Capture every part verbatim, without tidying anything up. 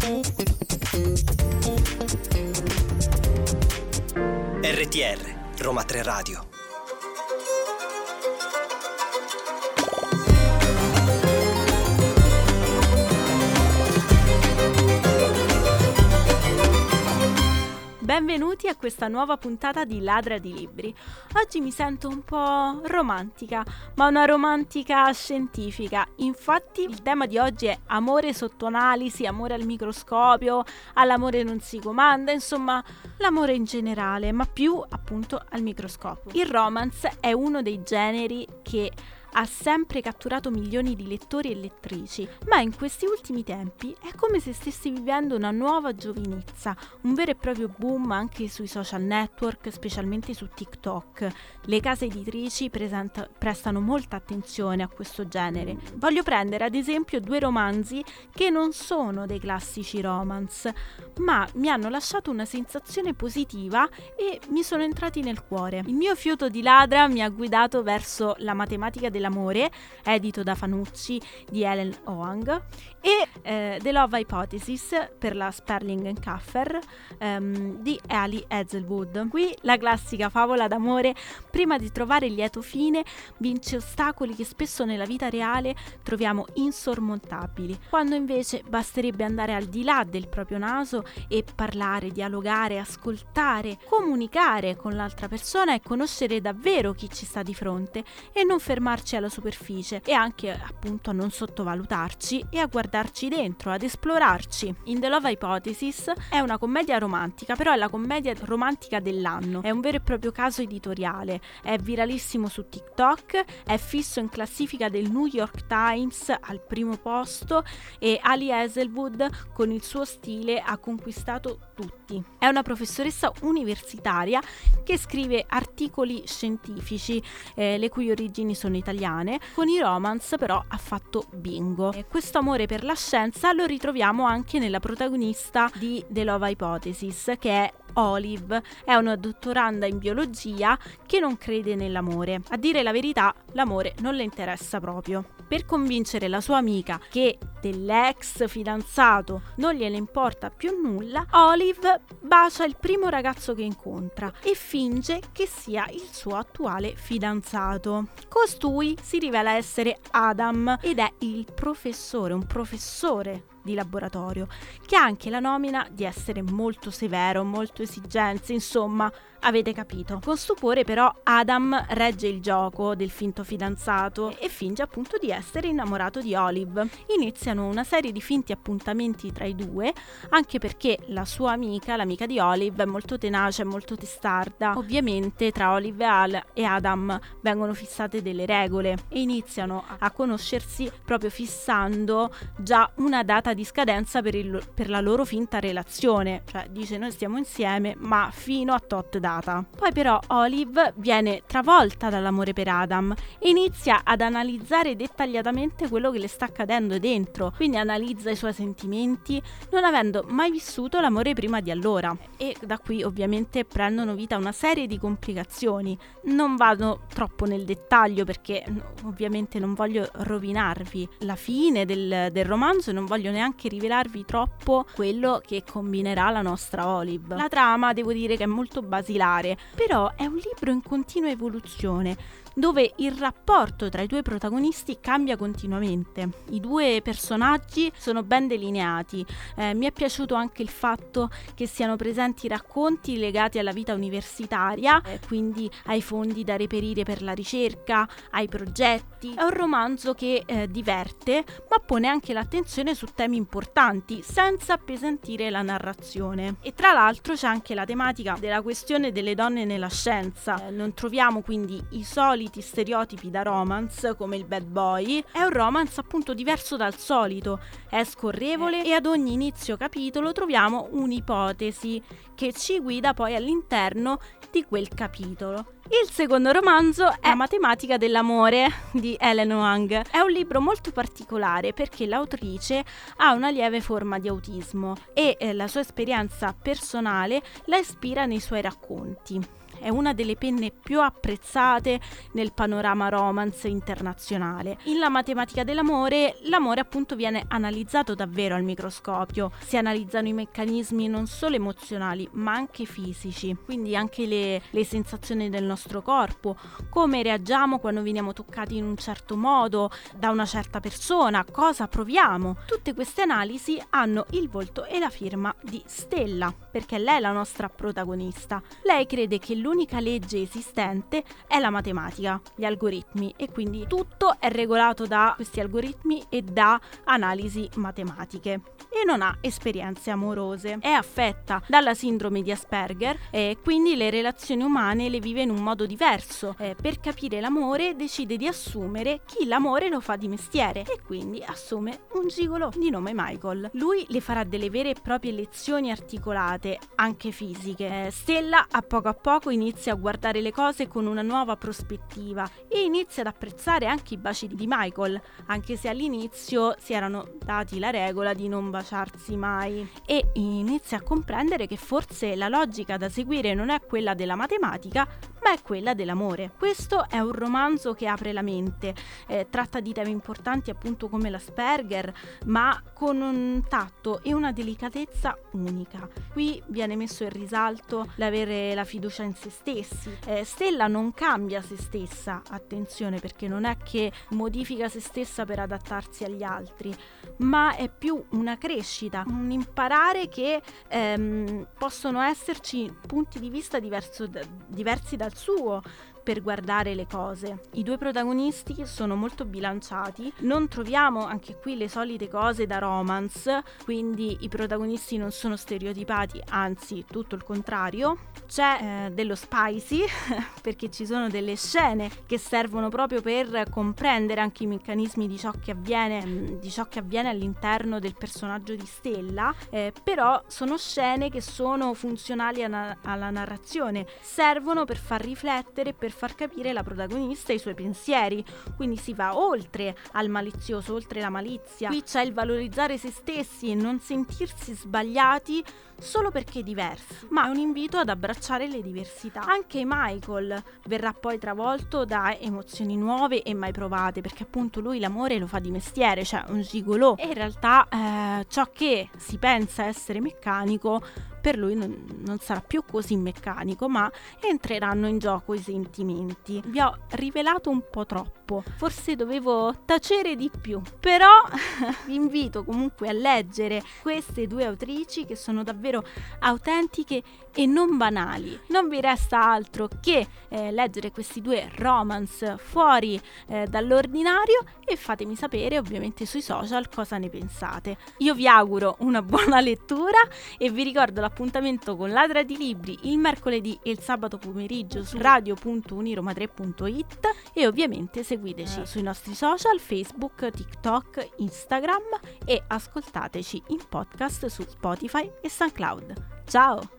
R T R, Roma tre Radio. Benvenuti a questa nuova puntata di Ladra di Libri. Oggi mi sento un po' romantica, ma una romantica scientifica. Infatti il tema di oggi è amore sotto analisi, amore al microscopio, all'amore non si comanda, insomma l'amore in generale, ma più appunto al microscopio. Il romance è uno dei generi che ha sempre catturato milioni di lettori e lettrici, ma in questi ultimi tempi è come se stessi vivendo una nuova giovinezza, un vero e proprio boom anche sui social network, specialmente su TikTok. Le case editrici presenta- prestano molta attenzione a questo genere. Voglio prendere ad esempio due romanzi che non sono dei classici romance, ma mi hanno lasciato una sensazione positiva e mi sono entrati nel cuore. Il mio fiuto di ladra mi ha guidato verso La matematica dell'amore, edito da Fanucci di Helen Hoang, e eh, The Love Hypothesis per la Sperling and Caffer ehm, di Ali Hazelwood. Qui la classica favola d'amore, prima di trovare il lieto fine, vince ostacoli che spesso nella vita reale troviamo insormontabili, quando invece basterebbe andare al di là del proprio naso e parlare, dialogare, ascoltare, comunicare con l'altra persona e conoscere davvero chi ci sta di fronte e non fermarci alla superficie, e anche appunto a non sottovalutarci e a guardarci dentro, ad esplorarci. In The Love Hypothesis è una commedia romantica, però è la commedia romantica dell'anno, è un vero e proprio caso editoriale, è viralissimo su TikTok, è fisso in classifica del New York Times al primo posto e Ali Hazelwood con il suo stile ha conquistato tutti. È una professoressa universitaria che scrive articoli scientifici eh, le cui origini sono italiane. Con i romance però ha fatto bingo. E questo amore per la scienza lo ritroviamo anche nella protagonista di The Love Hypothesis, che è Olive. È una dottoranda in biologia che non crede nell'amore. A dire la verità, l'amore non le interessa proprio. Per convincere la sua amica che dell'ex fidanzato non gliene importa più nulla, Olive bacia il primo ragazzo che incontra e finge che sia il suo attuale fidanzato. Costui si rivela essere Adam ed è il professore, un professore di laboratorio, che ha anche la nomina di essere molto severo, molto esigente, insomma, avete capito. Con stupore però Adam regge il gioco del finto fidanzato e finge appunto di essere innamorato di Olive. Iniziano una serie di finti appuntamenti tra i due, anche perché la sua amica, l'amica di Olive, è molto tenace, molto testarda. Ovviamente tra Olive e Adam vengono fissate delle regole e iniziano a conoscersi proprio fissando già una data di scadenza per, il, per la loro finta relazione, cioè dice noi stiamo insieme ma fino a tot data. Poi però Olive viene travolta dall'amore per Adam e inizia ad analizzare dettagliatamente quello che le sta accadendo dentro, quindi analizza i suoi sentimenti non avendo mai vissuto l'amore prima di allora, e da qui ovviamente prendono vita una serie di complicazioni. Non vado troppo nel dettaglio perché ovviamente non voglio rovinarvi la fine del, del romanzo e non voglio neanche rivelarvi troppo quello che combinerà la nostra Olive. La trama devo dire che è molto basilare, però è un libro in continua evoluzione, dove il rapporto tra i due protagonisti cambia continuamente. I due personaggi sono ben delineati. Eh, mi è piaciuto anche il fatto che siano presenti racconti legati alla vita universitaria, eh, quindi ai fondi da reperire per la ricerca, ai progetti. È un romanzo che eh, diverte, ma pone anche l'attenzione su temi importanti, senza appesantire la narrazione. E tra l'altro c'è anche la tematica della questione delle donne nella scienza. Eh, non troviamo quindi i soliti stereotipi da romance come il bad boy. È un romance appunto diverso dal solito, è scorrevole e ad ogni inizio capitolo troviamo un'ipotesi che ci guida poi all'interno di quel capitolo. Il secondo romanzo è La matematica dell'amore di Helen Hoang. È un libro molto particolare perché l'autrice ha una lieve forma di autismo e eh, la sua esperienza personale la ispira nei suoi racconti. è una delle penne più apprezzate nel panorama romance internazionale. In La matematica dell'amore, l'amore appunto viene analizzato davvero al microscopio. Si analizzano i meccanismi non solo emozionali ma anche fisici, quindi anche le, le sensazioni del nostro corpo, come reagiamo quando veniamo toccati in un certo modo da una certa persona, cosa proviamo. Tutte queste analisi hanno il volto e la firma di Stella, perché lei è la nostra protagonista. Lei crede che l'unica legge esistente è la matematica, gli algoritmi, e quindi tutto è regolato da questi algoritmi e da analisi matematiche, e non ha esperienze amorose. È affetta dalla sindrome di Asperger e quindi le relazioni umane le vive in un modo diverso. Eh, per capire l'amore decide di assumere chi l'amore lo fa di mestiere e quindi assume un gigolò di nome Michael. Lui le farà delle vere e proprie lezioni articolate, anche fisiche. Eh, Stella a poco a poco inizia a guardare le cose con una nuova prospettiva e inizia ad apprezzare anche i baci di Michael, anche se all'inizio si erano dati la regola di non baciarsi mai, e inizia a comprendere che forse la logica da seguire non è quella della matematica ma è quella dell'amore. Questo è un romanzo che apre la mente, eh, tratta di temi importanti appunto come l'Asperger, ma con un tatto e una delicatezza unica. Qui viene messo in risalto l'avere la fiducia in se stessi. eh, Stella non cambia se stessa, attenzione, perché non è che modifica se stessa per adattarsi agli altri, ma è più una crescita, un imparare che ehm, possono esserci punti di vista diverso, d- diversi dal suo per guardare le cose. I due protagonisti sono molto bilanciati, non troviamo anche qui le solite cose da romance, quindi i protagonisti non sono stereotipati, anzi tutto il contrario. C'è eh, dello spicy perché ci sono delle scene che servono proprio per comprendere anche i meccanismi di ciò che avviene di ciò che avviene all'interno del personaggio di Stella, eh, però sono scene che sono funzionali a- alla narrazione, servono per far riflettere, per far capire la protagonista e i suoi pensieri, quindi si va oltre al malizioso, oltre la malizia. Qui c'è il valorizzare se stessi e non sentirsi sbagliati solo perché diversi, ma è un invito ad abbracciare le diversità. Anche Michael verrà poi travolto da emozioni nuove e mai provate, perché appunto lui l'amore lo fa di mestiere, cioè un gigolò, e in realtà eh, ciò che si pensa essere meccanico per lui non, non sarà più così meccanico, ma entreranno in gioco i sentimenti. Vi ho rivelato un po' troppo, forse dovevo tacere di più, però vi invito comunque a leggere queste due autrici che sono davvero autentiche e non banali. Non vi resta altro che eh, leggere questi due romance fuori eh, dall'ordinario e fatemi sapere ovviamente sui social cosa ne pensate. Io vi auguro una buona lettura e vi ricordo l'appuntamento con Ladra di Libri il mercoledì e il sabato pomeriggio su radio punto uniroma tre punto it e ovviamente seguiteci sui nostri social Facebook, TikTok, Instagram e ascoltateci in podcast su Spotify e SoundCloud. Ciao!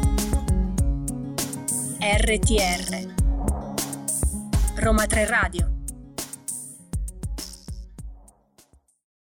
R T R Roma tre Radio.